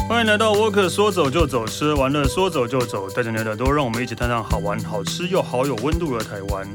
欢迎来到沃克，说走就走，吃完了说走就走，带着你的耳朵，让我们一起探探好玩、好吃又好有温度的台湾。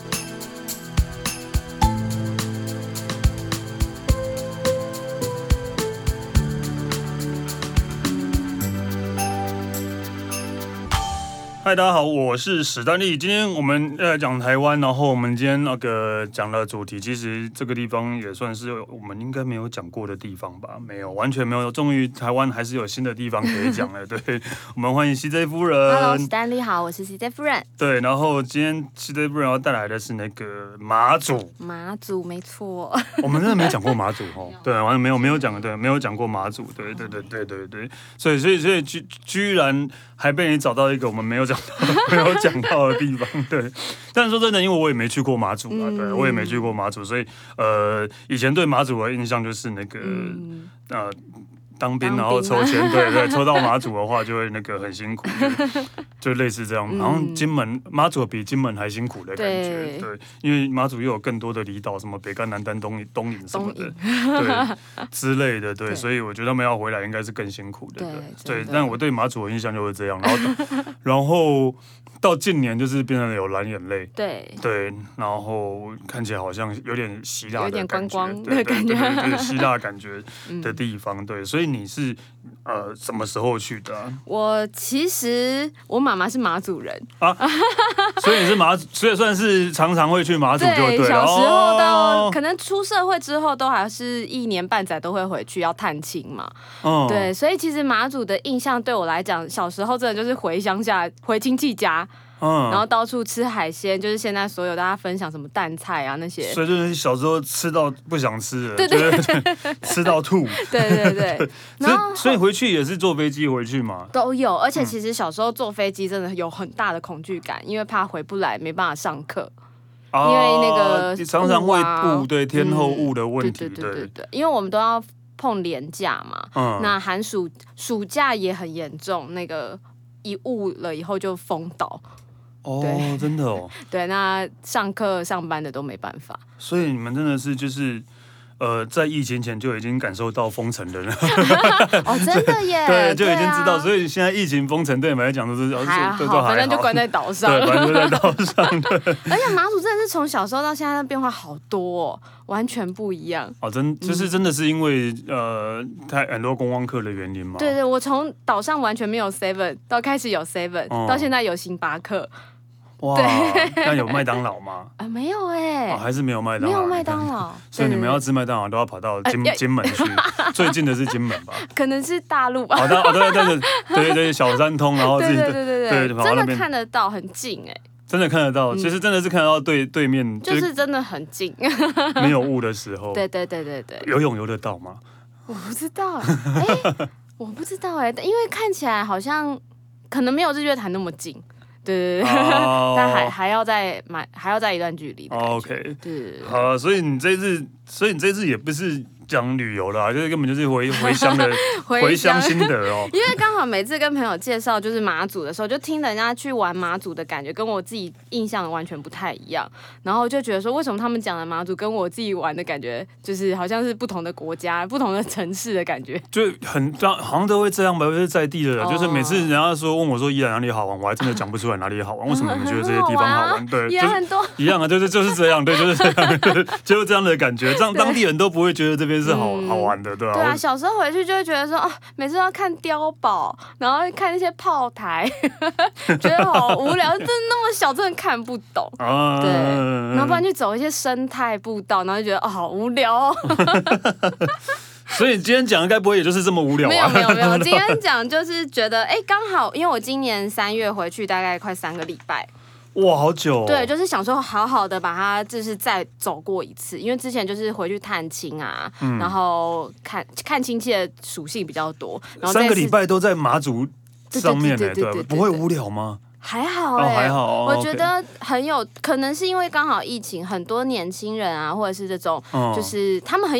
嗨，大家好，我是史丹利。今天我们讲台湾，然后我们今天讲的主题，其实这个地方也算是我们应该没有讲过的地方吧？没有，完全没有。终于台湾还是有新的地方可以讲了。对，我们欢迎 CJ 夫人。 Hello， 史丹利好，我是 CJ 夫人。 对，然后今天 CJ 夫人要带来的是那个马祖。 马祖没错。 我们真的没讲过马祖哦。对，完全没有讲，对，没有讲过马祖。对，所以居然还被你找到一个我们没有讲到的地方，对。但是说真的，因为我也没去过马祖啊，对，我也没去过马祖，所以以前对马祖的印象就是那个当兵然后抽签，对，抽到马祖的话就会那个很辛苦，就类似这样。好像金门马祖比金门还辛苦的感觉，对，因为马祖又有更多的离岛，什么北干、南丹、东引什么的，对之类的，对，所以我觉得他们要回来应该是更辛苦的，对。但我对马祖的印象就是这样，然后到近年就是变成有蓝眼泪，对，然后看起来好像有点希腊的感觉， 有点观光的感觉， 对，希腊感觉的地方，对，所以你是什么时候去的啊？ 我妈妈是马祖人啊，所以你是所以算是常常会去马祖就对了。 对，小时候到可能出社会之后，都还是1年半载都会回去要探亲嘛。对，所以其实马祖的印象对我来讲，小时候真的就是回乡下、回亲戚家。然后到处吃海鲜，就是现在所有大家分享什么淡菜啊那些， 所以就是小时候吃到不想吃了， 对， 吃到吐， 对。 所以回去也是坐飞机回去嘛？ 都有，而且其实小时候坐飞机真的有很大的恐惧感，因为怕回不来，没办法上课。因为那个常常会对天候雾的问题， 对，因为我们都要碰连假嘛，那寒暑假也很严重，那个一雾了以后就封岛。 真的哦。 对，那上课上班的都没办法。 所以你们真的是就是在疫情前就已经感受到封城的人。 真的耶。 对，就已经知道，所以现在疫情封城对你们来讲都是还好，反正就关在岛上。 对，反正就在岛上。对。 而且马祖真的是从小时候到现在变化好多哦，完全不一样。 就是真的是因为很多观光客的原因嘛。 对，我从岛上完全没有 7 到开始有 7，到现在有星巴克。 哇，那有麦当劳吗？ 没有还是没有麦当劳？ 没有麦当劳， 所以你们要吃麦当劳都要跑到金门去，最近的是金门吧？ 可能是大陆吧。 对，小三通，然后自己对， 真的看得到，很近哎。 真的看得到，其实真的是看得到对面， 就是真的很近， 没有雾的时候。 对。 游泳游得到吗？ 我不知道，我不知道因为看起来好像可能没有日月潭那么近。对，但还要再一段距离的感觉。 OK， 对， 好，所以你这次也不是讲旅游啦，就是根本就是回乡的回乡心得哦。 因为刚好每次跟朋友介绍就是马祖的时候，就听人家去玩马祖的感觉，跟我自己印象完全不太一样。然后就觉得说，为什么他们讲的马祖跟我自己玩的感觉，就是好像是不同的国家、不同的城市的感觉。 就好像都会这样吧，就是在地的人，就是每次人家问我说宜兰哪里好玩，我还真的讲不出来哪里好玩。为什么你们觉得这些地方好玩？对， 也很多一样啊，就是这样，对，就是这样，就是这样的感觉。当地人都不会觉得这边是好玩的，对吧？ 对啊，小时候回去就会觉得说，每次都要看碉堡，然后看那些炮台，觉得好无聊，真的那么小，真的看不懂。对，然后不然去走一些生态步道，然后就觉得好无聊哦。 所以你今天讲的该不会也就是这么无聊啊？ 没有，今天讲就是觉得，刚好，因为我今年3月回去，大概快3个礼拜。 哇，好久对，就是想说好好的把它就是再走过一次，因为之前就是回去探亲啊，然后看亲戚的属性比较多，然后 3个礼拜都在马祖上面呢，对，不会无聊吗？ 还好还好， 我觉得很有可能是因为刚好疫情，很多年轻人啊，或者是这种，就是他们很有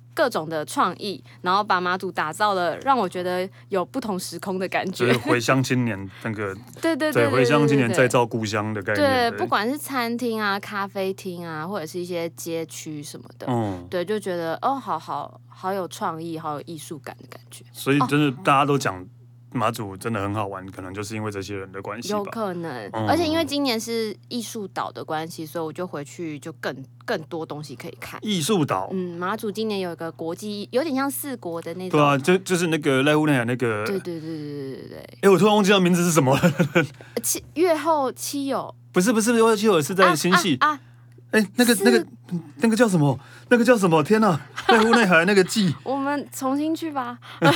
各种的创意，然后把马祖打造了让我觉得有不同时空的感觉， 就是回乡青年那个对回乡青年再造故乡的概念。 对，不管是餐厅啊、咖啡厅啊，或者是一些街区什么的，对，就觉得好有创意，好有艺术感的感觉。 所以真的大家都讲马祖真的很好玩，可能就是因为这些人的关系吧。 有可能，而且因为今年是艺术岛的关系，所以我就回去就更多东西可以看。 艺术岛， 马祖今年有一个国际，有点像4国的那种。 对啊，就是那个濑户内海那个。 对。 我突然忘记他名字是什么了。 越后妻友。 不是越后妻友是在新系啊。那个叫什么？那个叫什么？天哪！濑户内海那个季， 我们重新去吧。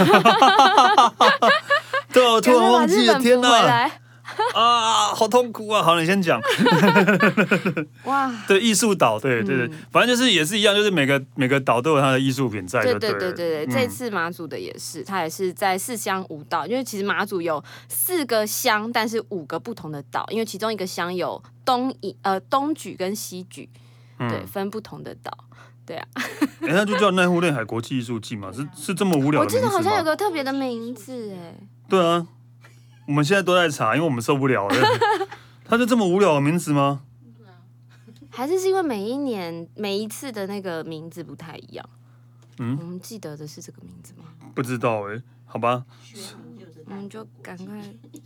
对啊，突然忘记了，天哪！好痛苦啊！好，你先讲。哇，对，艺术岛，对，反正就是也是一样，就是每个岛都有它的艺术品在。 对，这次马祖的也是，它也是在4乡5岛，因为其实马祖有4个乡，但是5个不同的岛，因为其中一个乡有东莒跟西莒，对，分不同的岛。对啊， 那就叫濑户内海国际艺术季嘛，是这么无聊的名字吗？ 我记得好像有个特别的名字哎。 对啊，我们现在都在查，因为我们受不了了。它就这么无聊的名字吗？ 还是因为每一次的那个名字不太一样？我们记得的是这个名字吗？ 不知道好吧。 我们就赶快。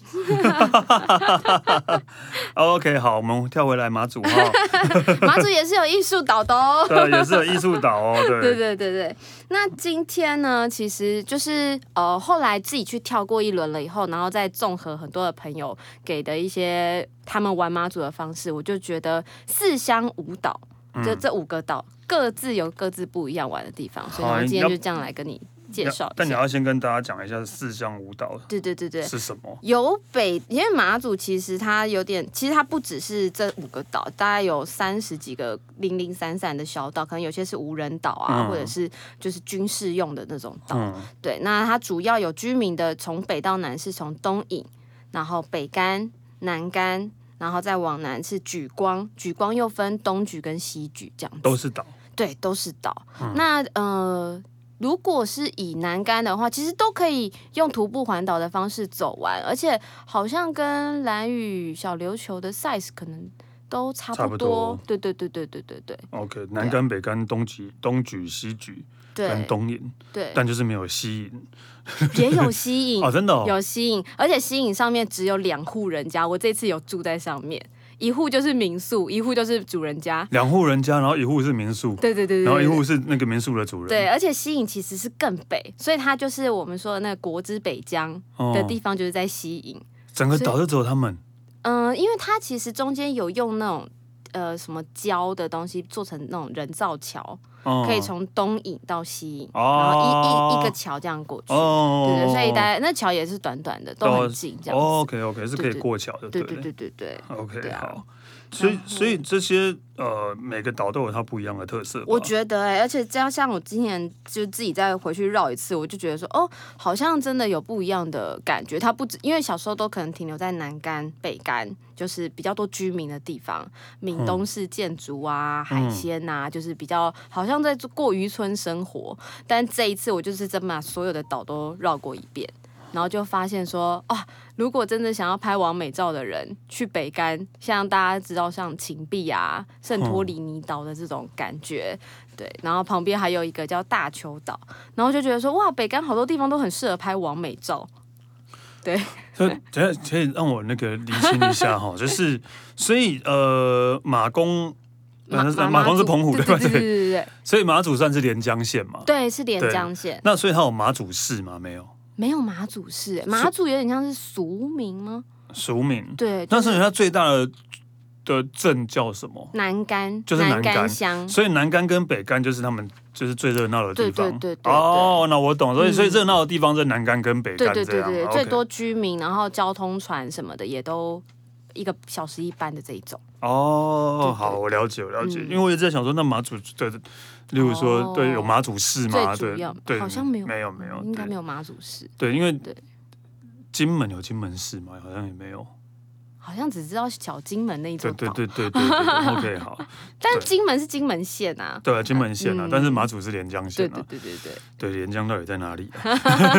OK， 好，我们跳回来马祖哈。 马祖也是有艺术岛的哦。 对，也是有艺术岛哦。 对。那今天呢，其实就是后来自己去跳过一轮了以后，然后再综合很多的朋友给的一些他们玩马祖的方式，我就觉得4乡5岛，就这5个岛各自有各自不一样玩的地方，所以我今天就这样来跟你介绍一下。 但你要先跟大家讲一下4乡5岛， 对， 是什么？ 因为马祖其实它其实它不只是这5个岛，大概有30几个零零散散的小岛，可能有些是无人岛啊，或者是就是军事用的那种岛。对，那它主要有居民的，从北到南是从东引，然后北竿、南竿，然后再往南是莒光，莒光又分东莒跟西莒这样子。 都是岛。对， 都是岛。那如果是以南竿的话，其实都可以用徒步环岛的方式走完，而且好像跟兰屿小琉球的 size 可能都差不多。对。 OK， 南竿、北竿、东莒、西莒跟东引，对，但就是没有西引。 也有西引真的有西引，而且西引上面只有2户人家，我这次有住在上面。1户就是民宿，1户就是主人家 ，2户人家，然后1户是民宿， 对， 然后1户是那个民宿的主人， 对，而且西引其实是更北，所以它就是我们说的那个国之北疆的地方，就是在西引， 整个岛就只有他们， 因为它其实中间有用那种什么胶的东西做成那种人造桥，可以从东引到西引，然后一个桥这样过去，对，所以大家那桥也是短短的，都很近这样子。 OK， 是可以过桥的， 对。 OK， 好。所以这些每个岛都有它不一样的特色。 我觉得而且这样像我今年就自己再回去绕一次，我就觉得说好像真的有不一样的感觉。它不止因为小时候都可能停留在南竿、北竿，就是比较多居民的地方，闽东式建筑啊、海鲜啊，就是比较好像在过渔村生活。但这一次我就是真把所有的岛都绕过一遍。然后就发现说如果真的想要拍完美照的人，去北竿，像大家知道像芹壁啊、圣托里尼岛的这种感觉，对，然后旁边还有一个叫大丘岛，然后就觉得说哇，北竿好多地方都很适合拍完美照，对。 可以让我那个厘清一下哈，就是所以马公是澎湖对吧？ 对， 所以马祖算是连江县嘛？ 对，是连江县。 那所以它有马祖市吗？ 没有马祖市，马祖有点像是俗名吗？ 俗名， 对。 那所以它最大的镇叫什么？ 南竿， 就是南竿乡。 所以南竿跟北竿就是他们就是最热闹的地方。 对。 那我懂，所以热闹的地方在南竿跟北竿这样。 对，最多居民，然后交通船什么的也都1个小时1班的这一种。 好，我了解。因为我一直在想说，那马祖的，例如说，对，有马祖市吗？ 对，好像没有，应该没有马祖市。 对，因为金门有金门市吗？好像也没有。 好像只知道小金门那一种岛。 对，OK 好。 但金门是金门县啊。 对啊，金门县啊，但是马祖是连江县啊。 对， 连江到底在哪里啊？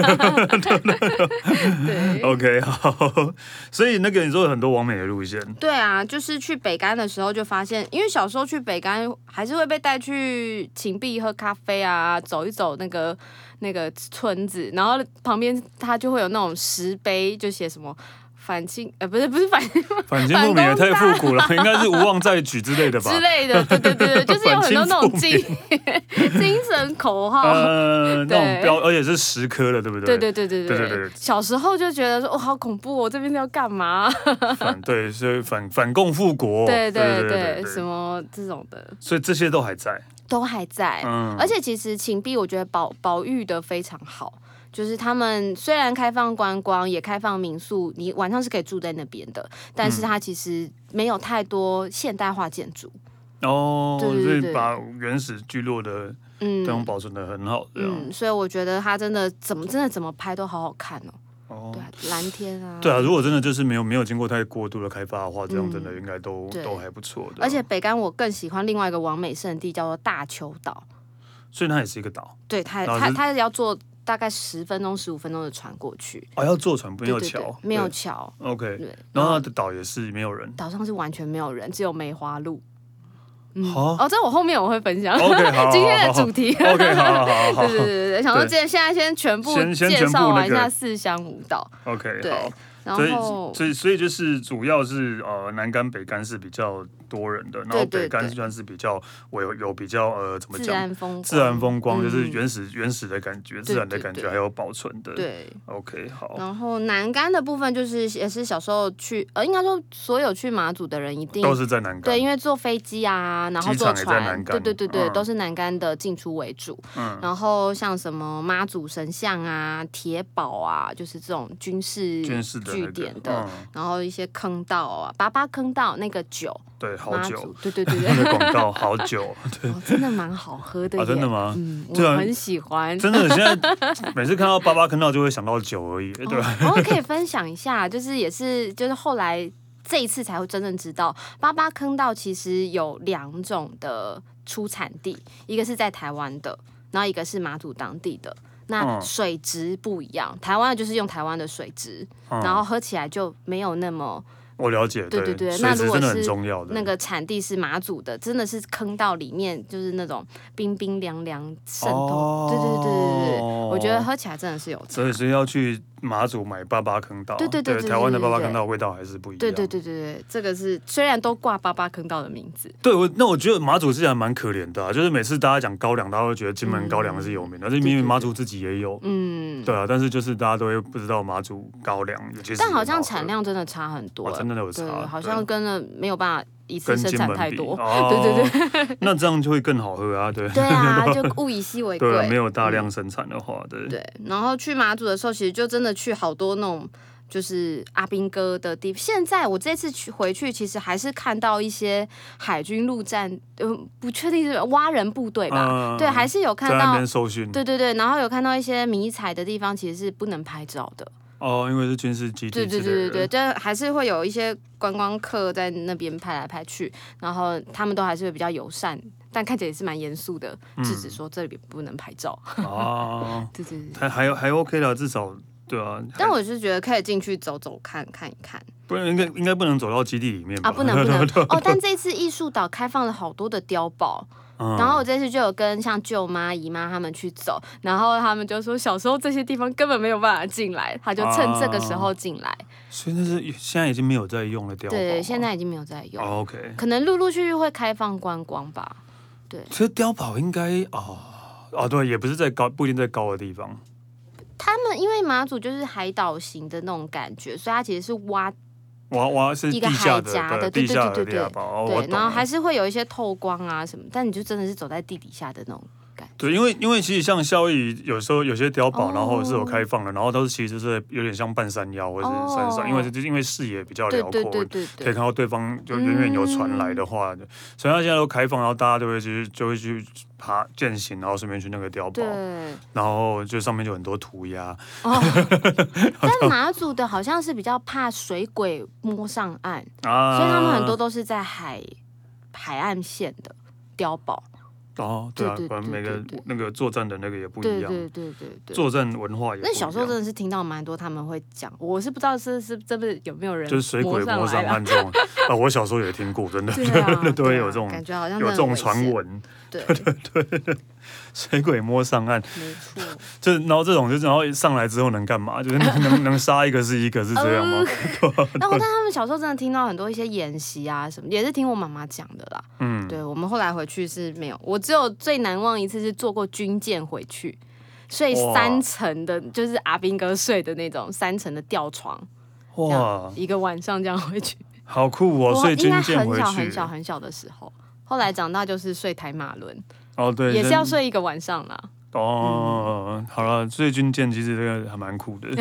对 ，OK 好。所以那个你说有很多网美的路线。 对啊，就是去北竿的时候就发现，因为小时候去北竿还是会被带去芹壁喝咖啡啊，走一走那个村子，然后旁边它就会有那种石碑，就写什么。不是反清复明也太复古了，应该是无望再举之类的吧？ 之类的，对，就是有很多那种精神口号， 那种标，而且是10颗的，对不对？ 对。小时候就觉得说，好恐怖，这边是要干嘛？ 对，所以反共复国， 对，什么这种的， 所以这些都还在， 而且其实芹壁我觉得保育的非常好。就是他们虽然开放观光，也开放民宿，你晚上是可以住在那边的，但是它其实没有太多现代化建筑。 所以把原始聚落的这种保存的很好。 所以我觉得它真的怎么拍都好好看哦。对啊，蓝天啊。 对啊，如果真的就是没有经过太过度的开发的话，这样真的应该都还不错的。 而且北竿我更喜欢另外一个网美圣地，叫做大坵岛。 所以它也是一个岛。 对，它要坐大概10分钟、15分钟的船过去。 要坐船，没有桥。 没有桥。 OK。对，然后它的岛也是没有人。 岛上是完全没有人，只有梅花鹿。 这我后面我会分享。 OK， 好， 今天的主题。 OK， 好。 对，想说现在先全部介绍完一下4乡5岛。 OK， 对。 所以就是主要是南竿北竿是比较多人的，然后北竿算是比较有比较怎么讲自然风光，就是原始的感觉，自然的感觉，还有保存的。 对 ，OK 好。 然后南竿的部分就是也是小时候去应该说所有去马祖的人一定都是在南竿。 对，因为坐飞机啊，然后坐船，对，都是南竿的进出为主。然后像什么妈祖神像啊、铁堡啊，就是这种军事据点的，然后一些坑道啊，88坑道那个酒， 对，好酒， 对， 那个广告好酒，对， 真的蛮好喝的。 真的吗？ 我很喜欢。 真的，现在每次看到88坑道就会想到酒而已，对。 然后可以分享一下，就是后来这一次才会真正知道，88坑道其实有2种的出产地，一个是在台湾的，然后一个是马祖当地的。那水质不一样，台湾的就是用台湾的水质，然后喝起来就没有那么。 我了解，对， 那如果是那个产地是马祖的，真的是坑道里面就是那种冰冰凉凉渗透，对，我觉得喝起来真的是有差。 所以要去马祖买88坑道，对，台湾的88坑道味道还是不一样。 对，这个是虽然都挂88坑道的名字。 对，我觉得马祖是还蛮可怜的，就是每次大家讲高粱，大家都觉得金门高粱是有名的，但是明明马祖自己也有，对啊，但是就是大家都会不知道马祖高粱， 但好像产量真的差很多， 真的有差， 好像跟了没有办法一次生产太多， 对，那这样就会更好喝啊，对啊，就物以稀为贵， 对，没有大量生产的话， 对，然后去马祖的时候，其实就真的去好多那种就是阿兵哥的地方。现在我这次回去，其实还是看到一些海军陆战，不确定是蛙人部队吧，对，还是有看到在那边受训， 对，然后有看到一些迷彩的地方，其实是不能拍照的。 因为是军事基地， 对，但还是会有一些观光客在那边拍来拍去，然后他们都还是会比较友善，但看起来也是蛮严肃的，制止说这里不能拍照。 对，还 OK 啦，至少对啊。 但我是觉得可以进去走走看一看。 不然应该不能走到基地里面吧？ 不能但这次艺术岛开放了好多的碉堡。然后我这次就有跟像舅妈、姨妈他们去走，然后他们就说小时候这些地方根本没有办法进来，他就趁这个时候进来。 所以那是现在已经没有在用了碉堡。 对，现在已经没有在用。 OK， 可能陆陆续续会开放观光吧。对， 其实碉堡应该对，也不是不一定在高的地方。 他们因为马祖就是海岛型的那种感觉，所以它其实是挖是一个海夹的，对， 对， 然后还是会有一些透光啊什么，但你就真的是走在地底下的那种感对，因为其实像夏威夷有时候有些碉堡，然后是有开放的，然后都是其实是有点像半山腰或者是山上，因为视野比较辽阔，可以看到对方就远远有船来的话，所以它现在都开放，然后大家就会去爬健行，然后顺便去那个碉堡，然后就上面就很多涂鸦。 但马祖的好像是比较怕水鬼摸上岸，所以他们很多都是在海岸线的碉堡。 对啊，反正每个那个作战的那个也不一样，对，作战文化也不一样。 那小时候真的是听到蛮多他们会讲，我是不知道是真的有没有人就是水鬼摸上岸这种我小时候也听过，真的都会有这种感觉，好像有这种传闻，对，水鬼摸上岸， 没错。 然后这种然后上来之后能干嘛？就是能杀一个是一个，是这样吗？ 但他们小时候真的听到很多一些演习啊什么，也是听我妈妈讲的啦。对，我们后来回去是没有，我只有最难忘一次是坐过军舰回去，睡3层的，就是阿兵哥睡的那种3层的吊床，哇，一个晚上这样回去， 好酷哦！睡军舰回去， 很小的时候，后来长大就是睡台马轮， 对， 也是要睡1个晚上啦。 好了，睡军舰其实这个还蛮酷的。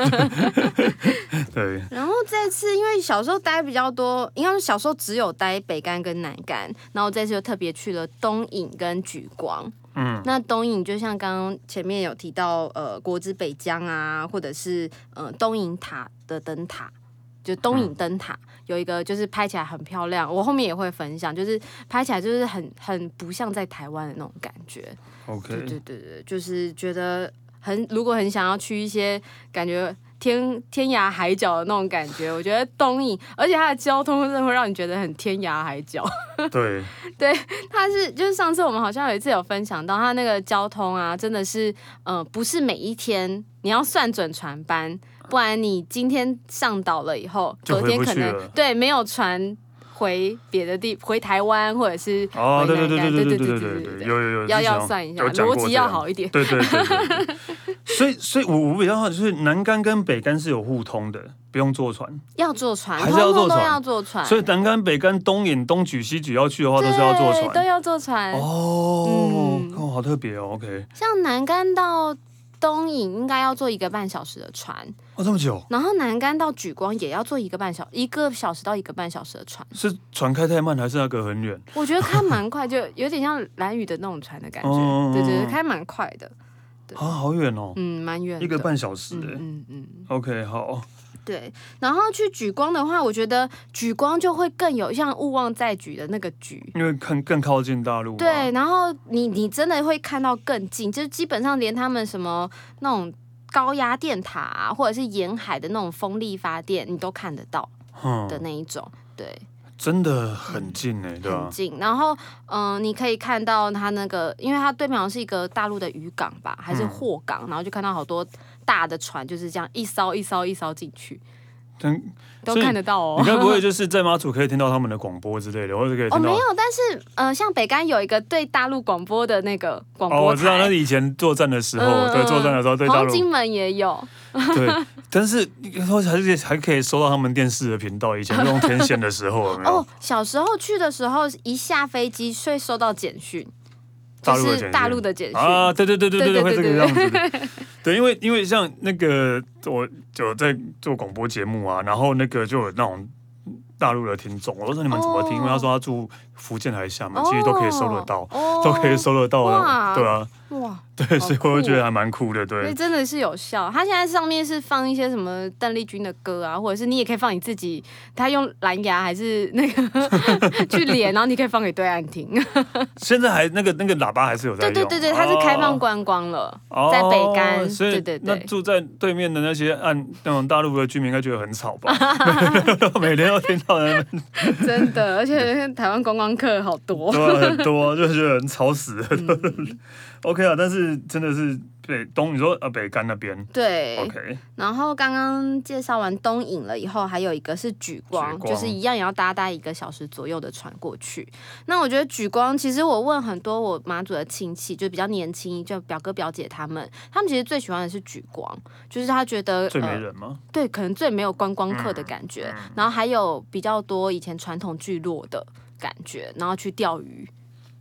对。 然后这次因为小时候待比较多，应该是小时候只有待北竿跟南竿，然后这次就特别去了东引跟莒光。那东引就像刚刚前面有提到，国之北疆啊，或者是东引塔的灯塔。就东引灯塔有一个，就是拍起来很漂亮，我后面也会分享，就是拍起来就是很不像在台湾的那种感觉。 OK， 对，就是觉得如果很想要去一些感觉天涯海角的那种感觉，我觉得东引，而且它的交通真的会让你觉得很天涯海角。 对， 它就是上次我们好像有一次有分享到，它那个交通啊，真的是不是每一天你要算准船班。不然你今天上岛了以后，隔天可能没有船回别的回台湾或者是回南竿，对，有要算一下，逻辑要好一点。 对。所以我比较好，就是南竿跟北竿是有互通的，不用坐船。 要坐船， 还是要坐船？ 都要坐船。 所以南竿、北竿、东引、东莒、西莒要去的话，都是要坐船， 都要坐船。 好特别哦。OK， 像南竿到东引应该要坐1个半小时的船， 这么久。 然后南竿到莒光也要坐1个小时到1个半小时的船。 是船开太慢，还是那隔很远？ 我觉得开蛮快，就有点像兰屿的那种船的感觉。对，开蛮快的。 好远哦。 蛮远的。1 个半小时。OK， 好。 对，然后去莒光的话，我觉得莒光就会更有像勿忘在莒的那个莒， 因为更靠近大陆。 对，然后你真的会看到更近，就是基本上连他们什么那种高压电塔啊，或者是沿海的那种风力发电，你都看得到的那一种。对， 真的很近对吧？ 很近。然后你可以看到它那个，因为它对面好像是一个大陆的渔港吧，还是货港，然后就看到好多大的船就是这样一艘进去，都看得到哦。 你该不会就是在马祖可以听到他们的广播之类的，或者可以听到？ 没有，但是像北竿有一个对大陆广播的那个广播台。 我知道，那是以前作战的时候，对作战的时候对大陆。 金门也有。 对，但是还可以收到他们电视的频道，以前用天线的时候有没有？ 小时候去的时候，一下飞机会收到简讯。就是大陆的简讯啊，对，会这个样子。对，因为像那个我有在做广播节目啊，然后那个就有那种大陆的听众，我说你们怎么听？因为他说他住福建还是厦门，其实都可以收得到，都可以收得到的，对啊。 哇， 对，所以我觉得还蛮酷的，对。 所以真的是有效。它现在上面是放一些什么邓丽君的歌啊，或者是你也可以放你自己，他用蓝牙还是那个去连，然后你可以放给对岸听。 现在还那个喇叭还是有在用。 对，它是开放观光了，在北竿。 所以对，那住在对面的那些那种大陆的居民应该觉得很吵吧？每天都听到人。 真的，而且台湾观光客好多， 对，很多，就觉得很吵死了。OK 啊，但是真的是你说北竿那边对 ，OK。 然后刚刚介绍完东引了以后，还有一个是莒光，就是一样也要搭1个小时左右的船过去。那我觉得莒光，其实我问很多我马祖的亲戚，就比较年轻，就表哥表姐他们其实最喜欢的是莒光，就是他觉得最没人吗？ 对，可能最没有观光客的感觉，然后还有比较多以前传统聚落的感觉，然后去钓鱼。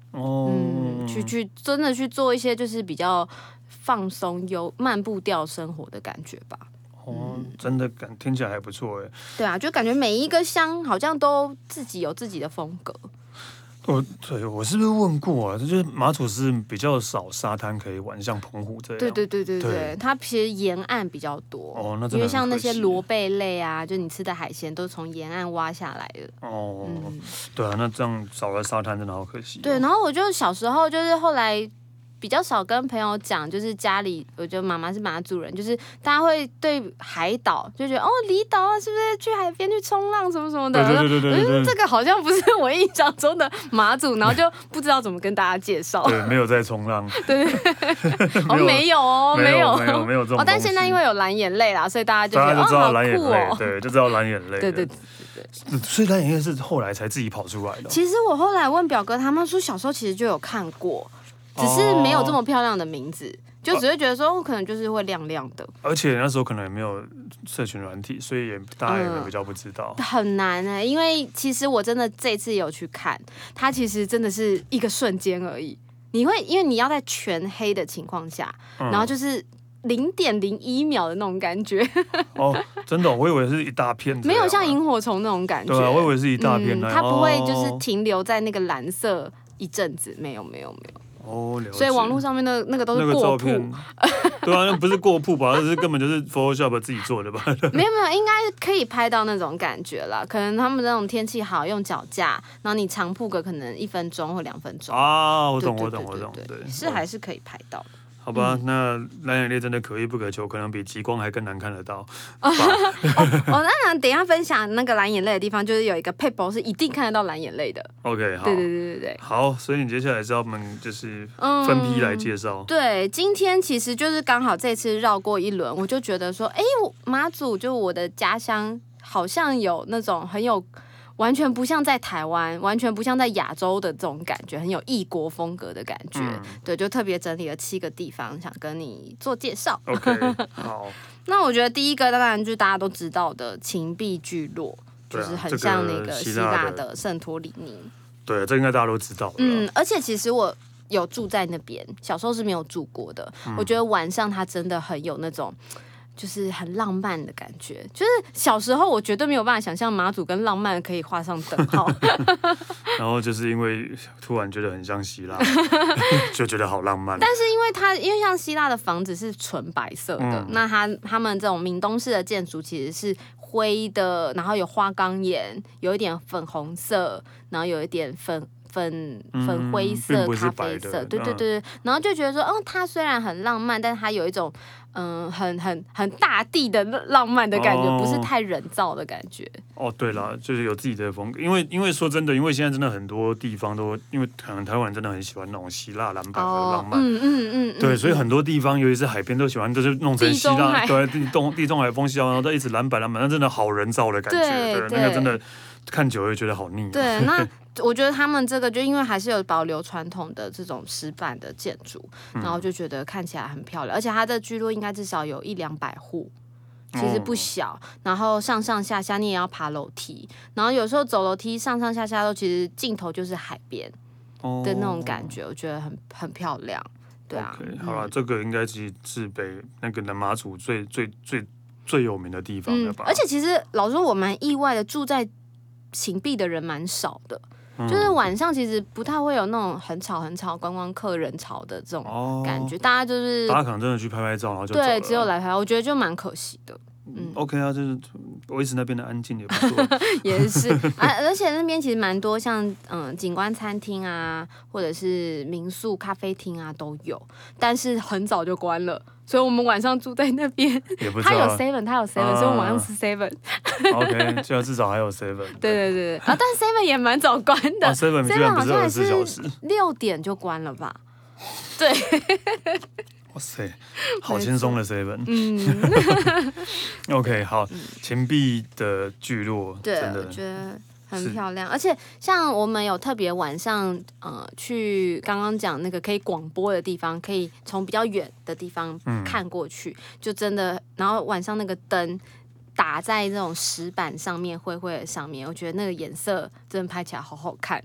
去真的去做一些就是比较放松、慢步调生活的感觉吧。 真的听起来还不错哎。 对啊，就感觉每一个乡好像都自己有自己的风格。 对，我是不是问过啊？就是马祖是比较少沙滩可以玩，像澎湖这样。 对，它其实沿岸比较多。 那真的很可惜。 因为像那些螺贝类啊，就你吃的海鲜都是从沿岸挖下来的。 对啊，那这样少了沙滩真的好可惜。 对，然后我就小时候就是后来比较少跟朋友讲，就是家里我觉得妈妈是马祖人，就是大家会对海岛就觉得离岛啊，是不是去海边去冲浪什么什么的？ 对， 这个好像不是我印象中的马祖，然后就不知道怎么跟大家介绍。 对，没有在冲浪。 对，没有没有这种。 但现在因为有蓝眼泪啦，所以大家就觉得知道蓝眼泪， 对， 就知道蓝眼泪。 对。 所以蓝眼泪是后来才自己跑出来的。 其实我后来问表哥，他们说小时候其实就有看过。只是没有这么漂亮的名字，就只会觉得说可能就是会亮亮的。 而且那时候可能也没有社群软体，所以大家也比较不知道。 很难因为其实我真的这次有去看，它其实真的是一个瞬间而已。因为你要在全黑的情况下，然后就是0.01秒的那种感觉。 真的，我以为是一大片， 没有像萤火虫那种感觉。 对啊，我以为是一大片。 它不会就是停留在那个蓝色一阵子，没有。所以网络上面的那个都是过曝。 对啊，那不是过曝吧？那是根本就是 Photoshop 自己做的吧？ 没有，应该可以拍到那种感觉啦。可能他们那种天气好，用脚架，然后你长曝个可能1分钟或2分钟。 我懂。对， 是还是可以拍到的。 好吧，那蓝眼泪真的可遇不可求，可能比极光还更难看得到。 那等一下分享那个蓝眼泪的地方，就是有一个配包是一定看得到蓝眼泪的。 OK， 好。 对。好， 所以你接下来是要我们就是分批来介绍。 对，今天其实就是刚好这次绕过一轮，我就觉得说，马祖就我的家乡，好像有那种很有。完全不像在台湾，完全不像在亚洲的这种感觉，很有异国风格的感觉。对，就特别整理了7个地方，想跟你做介绍。 OK， 好。 那我觉得第一个当然就是大家都知道的芹壁聚落，就是很像那个希腊的圣托里尼。 对，这应该大家都知道。 而且其实我有住在那边，小时候是没有住过的。我觉得晚上它真的很有那种。就是很浪漫的感觉，就是小时候我绝对没有办法想象马祖跟浪漫可以画上等号。 然后就是因为突然觉得很像希腊，就觉得好浪漫。 但是因为像希腊的房子是纯白色的，那他们这种闽东式的建筑其实是灰的，然后有花岗岩，有一点粉红色，然后有一点粉灰色、咖啡色，对，然后就觉得说，它虽然很浪漫，但是它有一种很大地的浪漫的感觉，不是太人造的感觉。 对啦，就是有自己的风格，因为说真的，因为现在真的很多地方都因为可能台湾人真的很喜欢那种希腊蓝白的浪漫，对，所以很多地方尤其是海边都喜欢，就是弄成希腊，对，地中海风希腊，然后都一直蓝白，那真的好人造的感觉，对，那个真的看久了觉得好腻。 对，那。我觉得他们这个就因为还是有保留传统的这种石板的建筑，然后就觉得看起来很漂亮，而且它的聚落应该至少有100-200户，其实不小。然后上上下下你也要爬楼梯，然后有时候走楼梯上上下下都其实尽头就是海边的那种感觉，我觉得很漂亮。对啊， okay， 好了，这个应该是北那个南马祖最有名的地方了吧？ 而且其实老实说，我蛮意外的，住在芹壁的人蛮少的。就是晚上其实不太会有那种很吵观光客人潮的这种感觉，大家可能真的去拍照，然后就走了。 对，只有来拍，我觉得就蛮可惜的。 OK 啊，就是维持那边的安静也不错。 也是而且那边其实蛮多像景观餐厅啊，或者是民宿、咖啡厅啊都有，但是很早就关了。所以我们晚上住在那边，它有 7， 所以我们晚上吃 7。 OK， 现在至少还有 7。 对，但是 7也蛮早关的。 7居然不是24小时 ，6点就关了吧？对。 哇塞，好轻松的 7。OK， 好，芹壁的聚落， 对，我觉得很漂亮，而且像我们有特别晚上去刚刚讲那个可以广播的地方，可以从比较远的地方看过去，就真的，然后晚上那个灯打在这种石板上面，灰灰的上面，我觉得那个颜色真的拍起来好好看。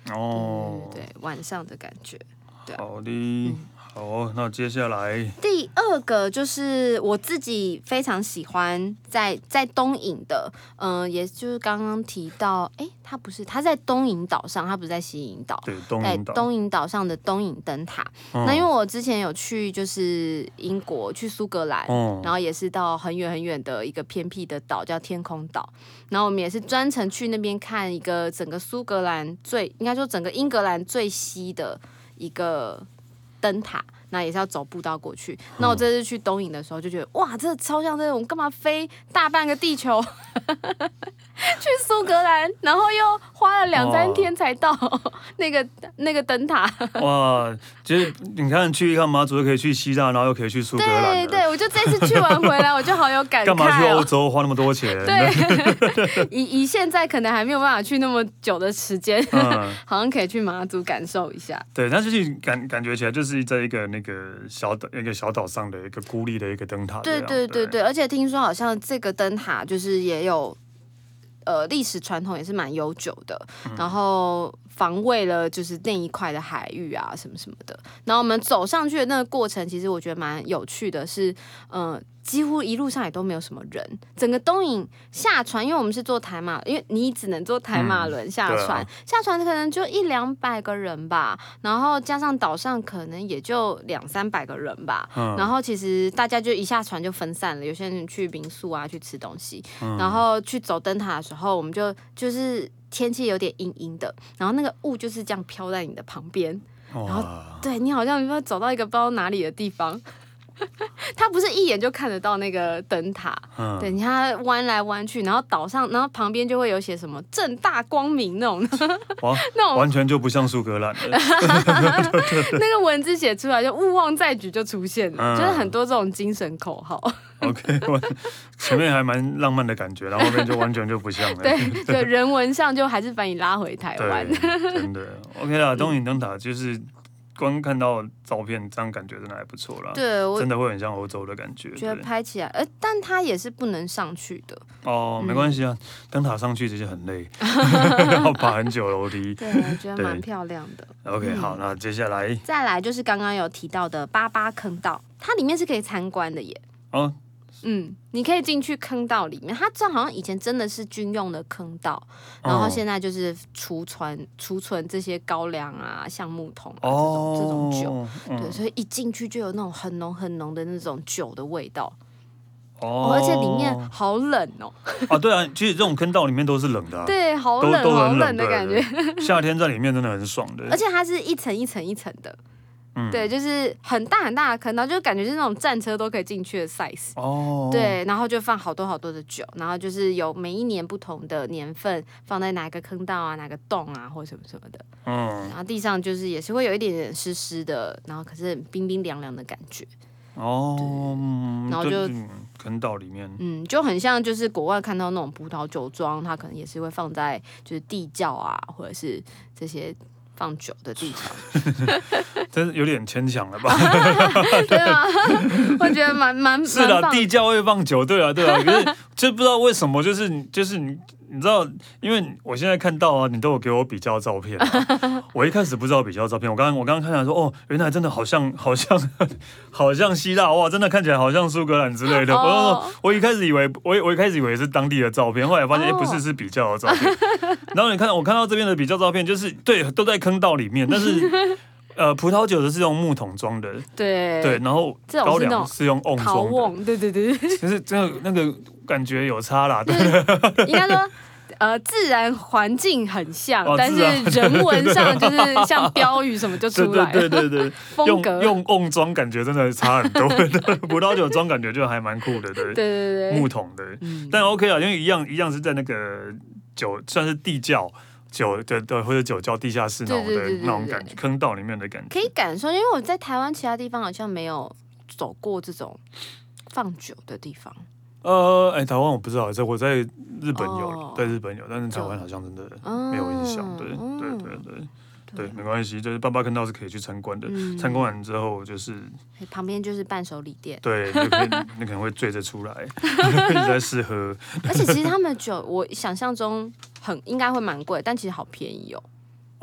对，晚上的感觉。对， 好的。好，那接下来第二个就是我自己非常喜欢在东引的，也就是刚刚提到，他在东引岛上，他不是在西引岛， 对， 东引岛上的东引灯塔。那因为我之前有去就是英国，去苏格兰，然后也是到很远很远的一个偏僻的岛叫天空岛，然后我们也是专程去那边看一个整个苏格兰应该说整个英格兰最西的一个灯塔，那也是要走步道过去。那我这次去东引的时候就觉得，哇，这超像这种，干嘛飞大半个地球去苏格兰，然后又花了2-3天才到那个灯塔。 哇，其实你看去一趟马祖，就可以去希腊，然后又可以去苏格兰。 对，我就这次去完回来，我就好有感慨。 干嘛去欧洲花那么多钱？ 对，以现在可能还没有办法去那么久的时间，好像可以去马祖感受一下。 对，但是感觉起来就是在一个那个小岛上的一个孤立的一个灯塔。 对，而且听说好像这个灯塔就是也有历史传统，也是蛮悠久的，然后防卫了就是那一块的海域啊什么什么的。然后我们走上去的那个过程，其实我觉得蛮有趣的是，几乎一路上也都没有什么人。整个东引下船，因为我们是坐台马，因为你只能坐台马轮下船，下船可能就100-200个人吧，然后加上岛上可能也就200-300个人吧。然后其实大家就一下船就分散了，有些人去民宿啊去吃东西，然后去走灯塔的时候，我们就是天气有点阴阴的，然后那个雾就是这样飘在你的旁边，然后对你好像要走到一个不知道哪里的地方。它不是一眼就看得到那个灯塔，对，你看它弯来弯去，然后岛上，然后旁边就会有写什么正大光明那种， 那种完全就不像苏格兰的。 那个文字写出来就勿忘再举就出现了，就是很多这种精神口号。 OK， 前面还蛮浪漫的感觉，然后后面就完全就不像了。 对，人文上就还是把你拉回台湾。 真的 OK 啦，东引灯塔就是光看到照片，这样感觉真的还不错啦。对，真的会很像欧洲的感觉。 觉得拍起来，但它也是不能上去的。 没关系啊，灯塔上去其实很累，要爬很久楼梯。 对，我觉得蛮漂亮的。 OK， 好，那接下来再来就是刚刚有提到的88坑道，它里面是可以参观的耶。你可以进去坑道里面，它这好像以前真的是军用的坑道，然后现在就是储存这些高粱啊、橡木桶啊这种酒，对，所以一进去就有那种很浓很浓的那种酒的味道。而且里面好冷哦。 对啊，其实这种坑道里面都是冷的。 对，好冷好冷的感觉。 夏天在里面真的很爽的。 而且它是一层一层一层的。对，就是很大很大的坑道，就感觉是那种战车都可以进去的 size。对，然后就放好多好多的酒，然后就是有每一年不同的年份放在哪个坑道啊、哪个洞啊，或什么什么的。然后地上就是也是会有一点点湿湿的，然后可是冰冰凉凉的感觉。然后就坑道里面， 就很像就是国外看到那种葡萄酒庄，它可能也是会放在就是地窖啊，或者是这些放酒的地方。 真是有点牵强了吧？ 对啊，我觉得蛮是的，地窖会放酒，对啊，可是就不知道为什么，就是你知道，因为我现在看到啊，你都有给我比较照片我一开始不知道比较照片，我刚刚看到说，原来真的好像希腊，哇，真的看起来好像苏格兰之类的。我一开始以为是当地的照片，后来发现不是比较的照片。然后我看到这边的比较照片，就是对，都在坑道里面，但是葡萄酒的是用木桶装的，对，然后高粱是用瓮装的， 对， 可是真的那个感觉有差啦，对， 应该说。自然环境很像，但是人文上就是像标语什么就出来了。 对，风格用瓮装感觉真的差很多。葡萄酒装感觉就还蛮酷的，对，木桶的。但 OK 啊，因为一样是在那个酒算是地窖。酒的或者酒窖地下室那种感觉，坑道里面的感觉可以感受，因为我在台湾其他地方好像没有走过这种放酒的地方。 台湾我不知道，我在日本有，但是台湾好像真的没有印象。对，没关系，就是88坑道是可以去参观的。参观完之后，就是旁边就是伴手礼店， 对，你可能会醉着出来，一直在试喝。 而且其实他们的酒，我想象中应该会蛮贵，但其实好便宜哦。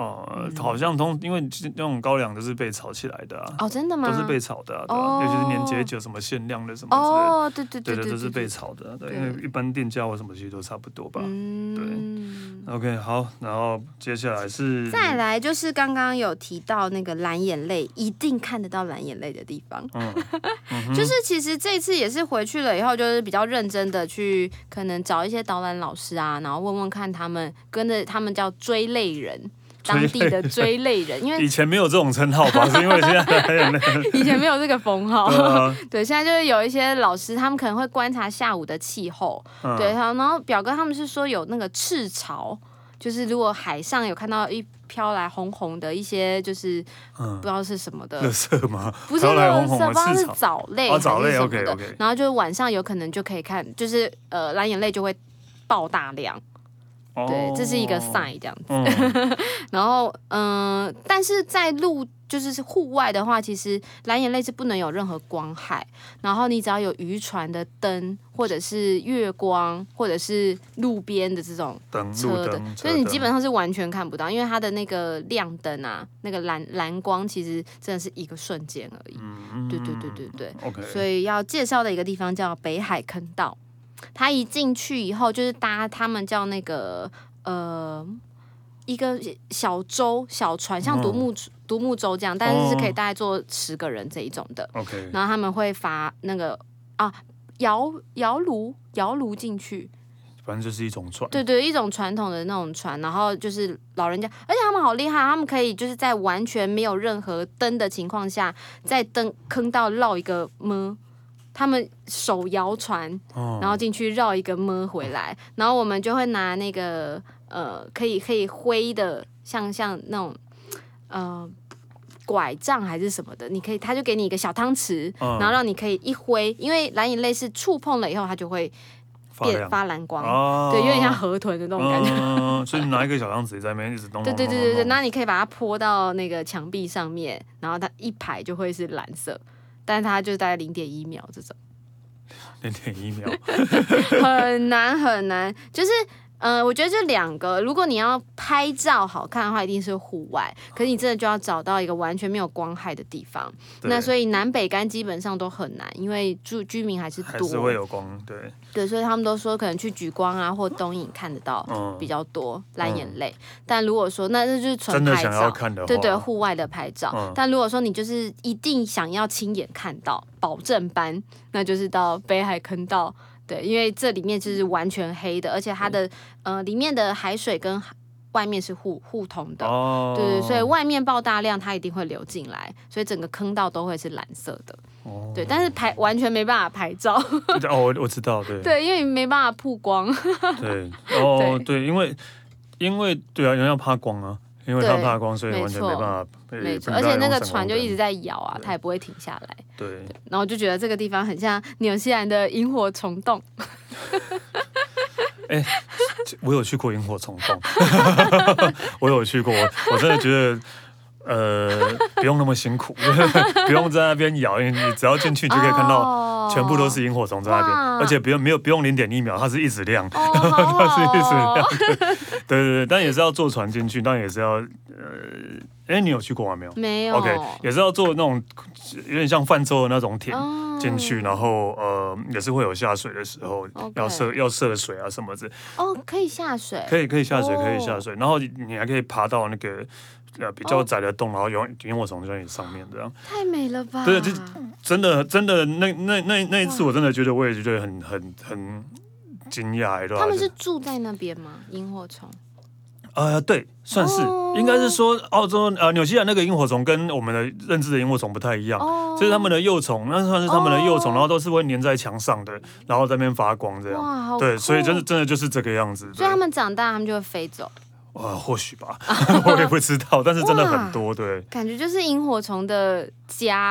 好像因为那种高粱都是被炒起来的啊。 真的吗？ 都是被炒的啊，对啊，尤其是年节酒什么限量的什么之类的。对，都是被炒的，对，因为一般店家或什么其实都差不多吧。对 ，OK， 好，然后接下来是再来就是刚刚有提到那个蓝眼泪，一定看得到蓝眼泪的地方。就是其实这次也是回去了以后，就是比较认真的去可能找一些导览老师啊，然后问问看他们，跟着他们叫追泪人。当地的追泪人，因为以前没有这种称号吧，是因为现在以前没有这个封号，对，现在就是有一些老师，他们可能会观察下午的气候，对，然后表哥他们是说有那个赤潮，就是如果海上有看到一飘来红红的一些，就是不知道是什么的， 垃圾吗？ 不是垃圾，不知道是藻类还是什么的，然后就晚上有可能就可以看，就是蓝眼泪就会爆大量。对，这是一个 sign 这样子。然后但是在就是户外的话，其实蓝眼泪是不能有任何光害。然后你只要有渔船的灯，或者是月光，或者是路边的这种车的，所以你基本上是完全看不到，因为它的那个亮灯啊，那个蓝光其实真的是一个瞬间而已。对。 OK。 所以要介绍的一个地方叫北海坑道。他一进去以后，就是搭他们叫那个一个小船，像独木舟这样，但是是可以大概坐10个人这一种的。 OK。 然后他们会发那个摇橹进去， 反正就是一种船。 对，一种传统的那种船。然后就是老人家，而且他们好厉害，他们可以就是在完全没有任何灯的情况下，在坑道绕一个么。他们手摇船，然后进去绕一个么回来，然后我们就会拿那个可以挥的，像那种拐杖还是什么的，他就给你一个小汤匙，然后让你可以一挥，因为蓝眼泪是触碰了以后它就会发蓝光，对，有点像河豚的那种感觉。 所以你拿一个小汤匙在那边一直动。 对，那你可以把它泼到那个墙壁上面，然后它一排就会是蓝色。但是它就大概0.1秒这种 ，0.1秒， 很难，就是我觉得这2个，如果你要拍照好看的话，一定是户外。可是你真的就要找到一个完全没有光害的地方。那所以南北竿基本上都很难，因为居民还是多， 还是会有光， 对，所以他们都说可能去莒光啊或东引看得到比较多蓝眼泪。但如果说那就是纯拍照， 真的想要看的话， 对，户外的拍照。但如果说你就是一定想要亲眼看到，保证班，那就是到北海坑道。对，因为这里面就是完全黑的，而且它的里面的海水跟外面是互通的，对，所以外面爆大量，它一定会流进来，所以整个坑道都会是蓝色的。对，但是完全没办法拍照。 我知道，对。 对，因为你没办法曝光。 对，对，因为对啊，人要怕光啊。因为他怕光，所以完全没办法。 没错，而且那个船就一直在摇啊，它也不会停下来。 对。 然后就觉得这个地方很像纽西兰的萤火虫洞。 我有去过萤火虫洞，我有去过，我真的觉得。不用那么辛苦，不用在那边摇，因为你只要进去就可以看到全部都是萤火虫在那边，而且不用0.1秒，它是一直亮，它是一直亮。对，但也是要坐船进去，但也是要你有去过吗？ 没有。 OK， 也是要坐那种有点像泛舟的那种艇进去，然后也是会有下水的时候，要涉水啊什么的。 可以下水。 可以下水，可以下水，然后你还可以爬到那个。比较窄的洞，然后萤火虫就在你上面，这样太美了吧？ 对，就真的那一次，我真的觉得我也觉得很惊讶。 他们是住在那边吗？萤火虫？ 对，算是，应该是说澳洲纽西兰那个萤火虫跟我们的认知的萤火虫不太一样，就是他们的幼虫，那算是他们的幼虫，然后都是会粘在墙上的，然后在那边发光这样。 哇， 对，所以真的就是这个样子。 所以他们长大，他们就会飞走。 或许吧，我也不知道，但是真的很多，对， 感觉就是萤火虫的家的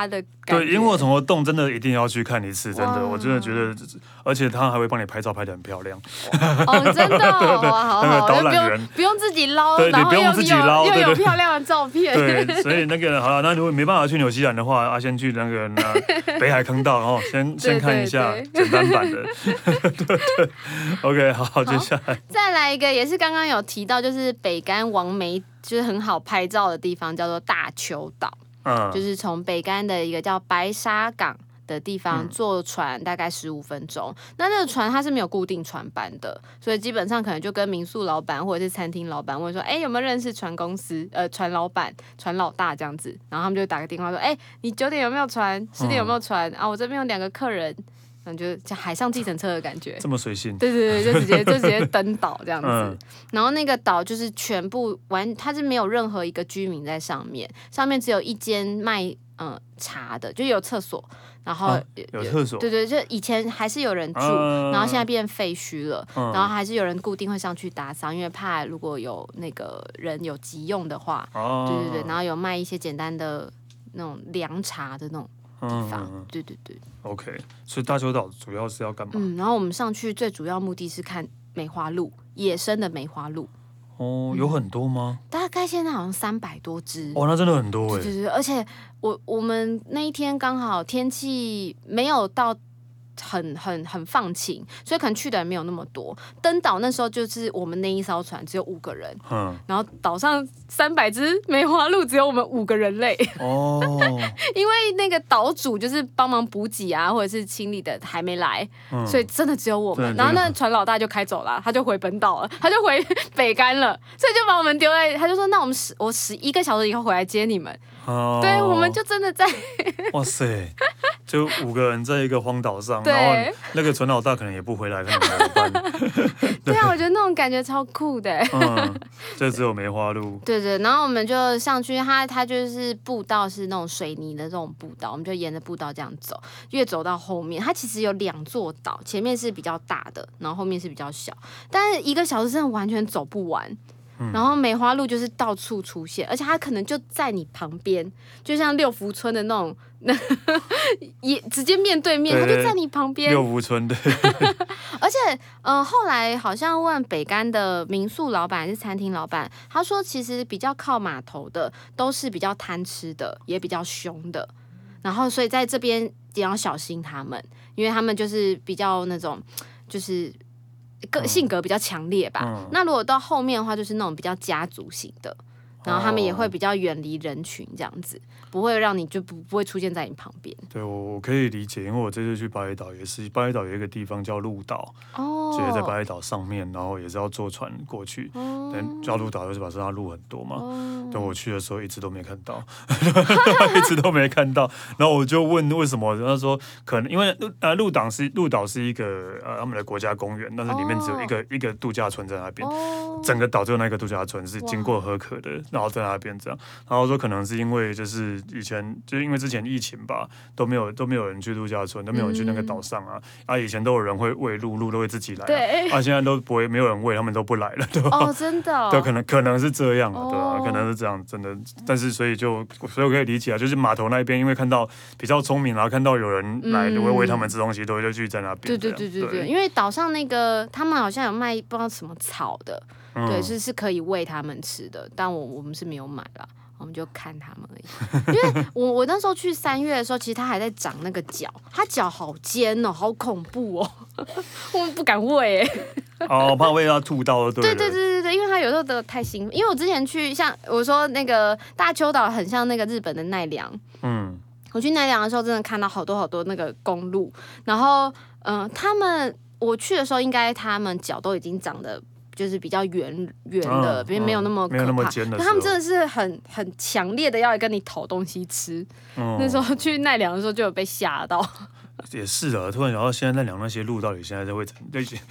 感觉。 对，萤火虫的洞真的一定要去看一次，真的，我真的觉得，而且他还会帮你拍照，拍得很漂亮。 哦，真的，哇，好好， 导览员不用自己捞， 对，你不用自己捞， 又有漂亮的照片。 对，所以那个好了，那如果没办法去纽西兰的话，先去那个北海坑道，哦，先看一下简单版的。对 ，OK， 好，接下来再来一个，也是刚刚有提到，就是北竿王梅，就是很好拍照的地方，叫做大丘岛。就是从北竿的一个叫白沙港的地方坐船大概15分钟。那个船它是没有固定船班的，所以基本上可能就跟民宿老板或者是餐厅老板问说，有没有认识船公司船老板、船老大这样子，然后他们就打个电话说，你9点有没有船？10点有没有船？啊，我这边有2个客人。就像海上计程车的感觉， 这么随性。 对对对，就直接登岛这样子。然后那个岛就是全部它是没有任何一个居民在上面，上面只有一间卖茶的，就有厕所，然后有厕所。 对对，就以前还是有人住，然后现在变废墟了，然后还是有人固定会上去打扫，因为怕如果有那个人有急用的话，对对对，然后有卖一些简单的那种凉茶的那种地方，对对对。 OK， 所以大丘岛主要是要干嘛？ 然后我们上去最主要目的是看梅花鹿，野生的梅花鹿。 哦，有很多吗？ 大概现在好像300多只。 哦，那真的很多哎。 对对对，而且我们那一天刚好天气没有到很放晴，所以可能去的人没有那么多。登岛那时候就是我们那一艘船只有5个人，然后岛上300只梅花鹿只有我们5个人类。哦，因为那个岛主就是帮忙补给啊，或者是清理的还没来，所以真的只有我们。然后那船老大就开走了，他就回本岛了，他就回北竿了，所以就把我们丢在，他就说那我11个小时以后回来接你们。对，我们就真的在。 哇塞！就5个人在一个荒岛上，然后那个船老大可能也不回来，看怎么办。 对啊，我觉得那种感觉超酷的。 这只有梅花鹿。 对对，然后我们就上去，它就是步道是那种水泥的这种步道，我们就沿着步道这样走，越走到后面，它其实有2座岛，前面是比较大的，然后后面是比较小，但是1个小时真的完全走不完。然后梅花鹿就是到处出现，而且它可能就在你旁边，就像六福村的那种，也直接面对面，它就在你旁边。 六福村的。 而且后来好像问北竿的民宿老板还是餐厅老板，他说其实比较靠码头的都是比较贪吃的，也比较凶的，然后所以在这边也要小心他们，因为他们就是比较那种就是性格比较强烈吧。那如果到后面的话，就是那种比较家族型的，然后他们也会比较远离人群，这样子不会让你就不会出现在你旁边。 对，我可以理解，因为我这次去巴厘岛也是，巴厘岛有一个地方叫鹿岛，就也在巴厘岛上面，然后也是要坐船过去。但叫鹿岛就是表示它鹿很多嘛。但我去的时候一直都没看到，一直都没看到。然后我就问为什么，他说可能因为鹿岛是一个他们的国家公园，但是里面只有一个度假村在那边，整个岛只有那个度假村是经过河可的，然后在那边这样。然后说可能是因为就是以前就是因为之前疫情吧，都没有人去度假村，都没有人去那个岛上啊。以前都有人会喂鹿都会自己来， 对现在都不会，没有人喂，他们都不来了，对吧？ 哦，真的。 对，可能是这样对吧？可能是这样，真的。但是所以我可以理解就是码头那边，因为看到比较聪明，然后看到有人来，会喂他们吃东西，都会就聚在那边。 对，因为岛上那个他们好像有卖不知道什么草的，对，是可以喂他们吃的，但我们是没有买啦。我们就看他们而已，因为我那时候去3月的时候，其实它还在长那个脚，它脚好尖哦，好恐怖哦，我们不敢喂怕喂它吐到对。 对，因为它有时候得太兴奋，因为我之前去像我说那个大丘岛很像那个日本的奈良，我去奈良的时候真的看到好多那个公鹿，然后我去的时候应该他们脚都已经长得。就是比较圆的，没有那么可怕。 尖的。 他们真的是很强烈的要跟你讨东西吃。那时候去奈良的时候就有被吓到。 也是的，突然想到现在奈良那些鹿到底现在会已经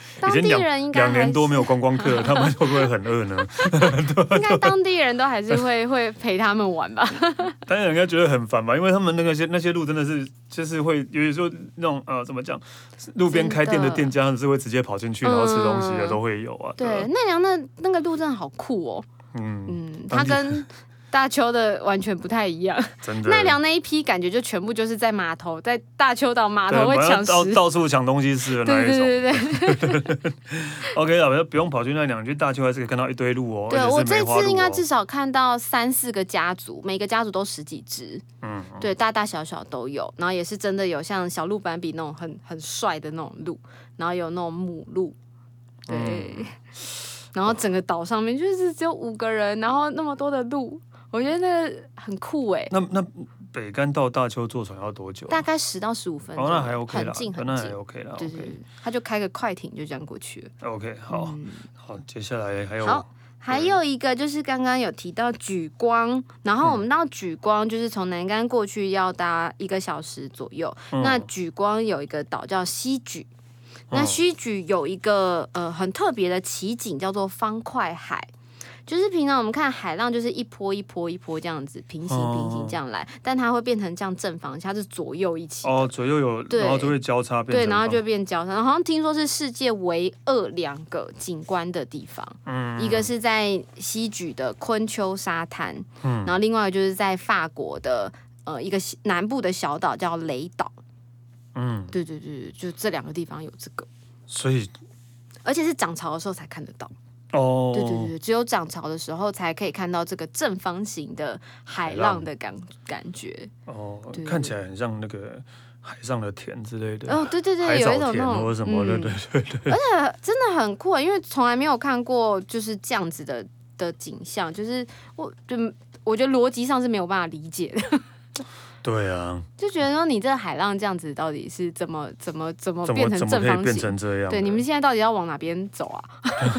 2年多没有观光客了，他们会不会很饿呢？ 应该当地人都还是会陪他们玩吧。 当然应该觉得很烦吧，因为他们那些鹿真的是就是会有时候那种怎么讲，路边开店的店家是会直接跑进去然后吃东西的都会有啊。 对，奈良那个鹿真的好酷哦。它跟大邱的完全不太一样。 真的， 奈良那一批感觉就全部就是在码头，在大邱岛码头会抢食， 到处抢东西吃的那一种。 对。 OK 了，不用跑去奈良，去大邱还是可以看到一堆鹿哦。 对，我这次应该至少看到3-4个家族，每个家族都10几只。对，大大小小都有，然后也是真的有像小鹿斑比那种很帅的那种鹿，然后有那种母鹿。对。然后整个岛上面就是只有5个人，然后那么多的鹿，我觉得那很酷哎。 那北竿到大邱坐船要多久？ 大概10到15分钟。 那还 OK 啦， 很近， 那还 OK 啦。 对，他就开个快艇就这样过去了。 OK， 好，接下来还有。 好，还有一个就是刚刚有提到莒光，然后我们到莒光就是从南竿过去要搭1个小时左右。那莒光有一个岛叫西莒。那西莒有一个很特别的奇景，叫做方块海。就是平常我们看海浪，就是一波一波一波这样子平行这样来，但它会变成这样正方形，它是左右一起。 左右有，然后就会交叉变成。 对，然后就变交叉。然后好像听说是世界唯2、2个景观的地方，一个是在西莒的昆丘沙滩，然后另外一个就是在法国的一个南部的小岛叫雷岛。对，就这2个地方有这个， 所以而且是涨潮的时候才看得到。对，只有涨潮的时候才可以看到这个正方形的海浪的感觉。 看起来很像那个海上的田之类的。 对，有一种那种或什么的，对。 而且真的很酷，因为从来没有看过就是这样子的景象，就是我觉得逻辑上是没有办法理解的。 对啊， 就觉得说你这个海浪这样子到底是怎么变成正方形？ 变成这样？ 对，你们现在到底要往哪边走啊？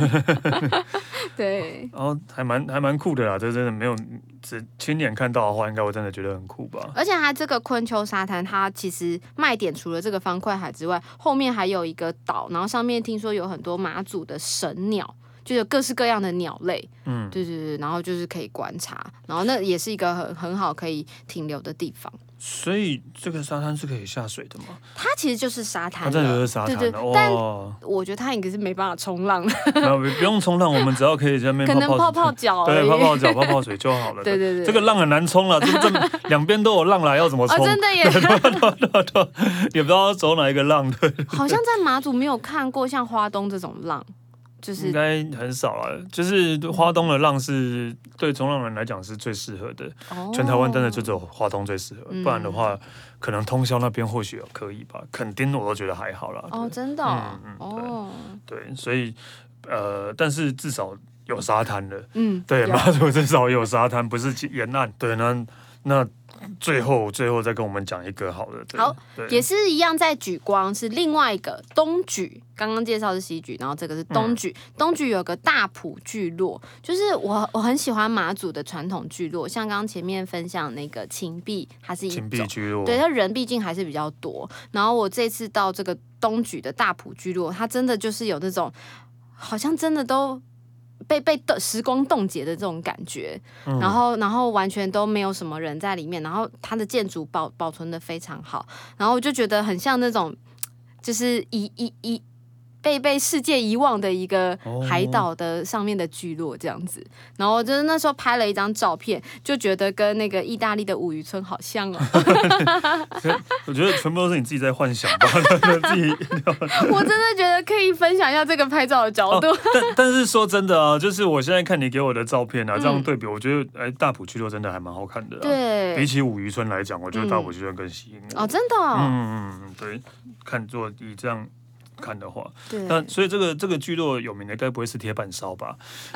对， 然后还蛮酷的啦，这真的没有只亲眼看到的话，应该我真的觉得很酷吧。 而且它这个昆丘沙滩，它其实卖点除了这个方块海之外，后面还有一个岛，然后上面听说有很多马祖的神鸟。就有各式各样的鸟类，对，然后就是可以观察，然后那也是一个很好可以停留的地方。 所以这个沙滩是可以下水的吗？ 它其实就是沙滩， 它真的就是沙滩， 对，但我觉得它应该是没办法冲浪， 不用冲浪，我们只要可以在那边可能泡脚， 对，泡脚、泡水就好了。 对， 这个浪很难冲了，这两边都有浪来，要怎么冲？ 真的耶， 对，也不知道走哪一个浪。对， 好像在马祖没有看过像花东这种浪。就是应该很少啦，就是花东的浪是对冲浪人来讲是最适合的，全台湾真的就只有花东最适合，不然的话，可能通宵那边或许可以吧，垦丁我都觉得还好啦。 真的对，所以但是至少有沙滩的，对，马祖至少有沙滩，不是沿岸。对，那最后再跟我们讲一个好的。 好，也是一样，在莒光是另外一个东莒，刚刚介绍是西莒，然后这个是东莒。东莒有个大埔聚落，就是我很喜欢马祖的传统聚落，像刚刚前面分享那个芹壁，它是一种芹壁聚落， 对，它人毕竟还是比较多。然后我这次到这个东莒的大埔聚落，它真的就是有那种好像真的都被时光冻结的这种感觉，然后完全都没有什么人在里面，然后它的建筑保存的非常好，然后我就觉得很像那种就是被世界遗忘的一个海岛的上面的聚落这样子，然后就是那时候拍了一张照片，就觉得跟那个意大利的五渔村好像哦。 我觉得全部都是你自己在幻想吧，自己。 我真的觉得可以分享一下这个拍照的角度。 但是说真的啊，就是我现在看你给我的照片啊，这样对比，我觉得大埔聚落真的还蛮好看的。 对， 比起五渔村来讲，我觉得大埔聚落更吸引我。 哦，真的。 对，看作以这样看的话， 对， 所以这个聚落有名的该不会是铁板烧吧？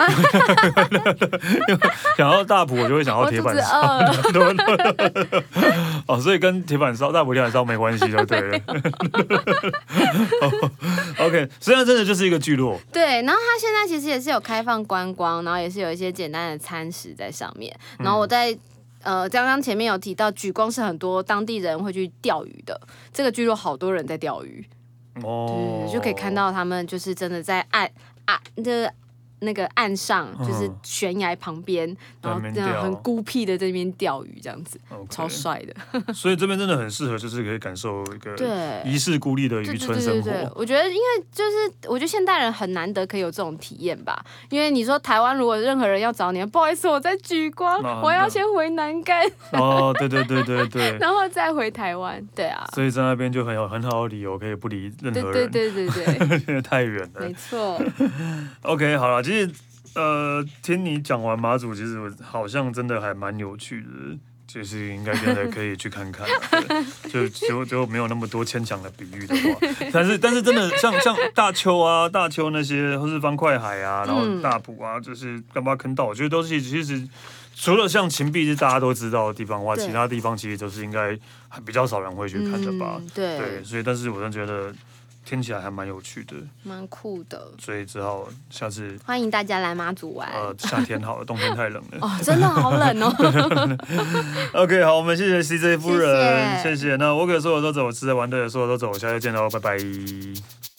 想到大埔，我就会想到铁板烧。所以跟大埔铁板烧没关系就对了。OK， 所以它真的就是一个聚落。 对，然后它现在其实也是有开放观光，然后也是有一些简单的餐食在上面。然后我在刚刚前面有提到，莒光是很多当地人会去钓鱼的，这个聚落好多人在钓鱼。对，就可以看到他们就是真的在那个岸上，就是悬崖旁边，然后这样很孤僻的这边钓鱼，这样子，超帅的。 所以这边真的很适合，就是可以感受一个遗世孤立的渔村生活。 对，我觉得因为我觉得现代人很难得可以有这种体验吧。因为你说台湾如果任何人要找你，不好意思，我在莒光，我要先回南竿。 哦，对， 然后再回台湾，对啊。 所以在那边就很好的理由可以不理任何人。 对， 太远了。 没错。 OK， 好了，其实听你讲完马祖，其实我好像真的还蛮有趣的，就是应该真的可以去看看，就没有那么多牵强的比喻的话，但是真的像大邱那些，或是方块海啊，然后大埔啊，就是干巴坑道，我觉得都是其实除了像芹壁是大家都知道的地方的话，其他地方其实都是应该比较少人会去看的吧。对，所以但是我真的觉得听起来还蛮有趣的，蛮酷的， 所以只好下次欢迎大家来马祖玩。 夏天好了，冬天太冷了。 哦，真的好冷哦。 OK， 好，我们谢谢 CJ 夫人，谢谢。那我可所有都走，吃的玩的所有都走，下次见喽，拜拜。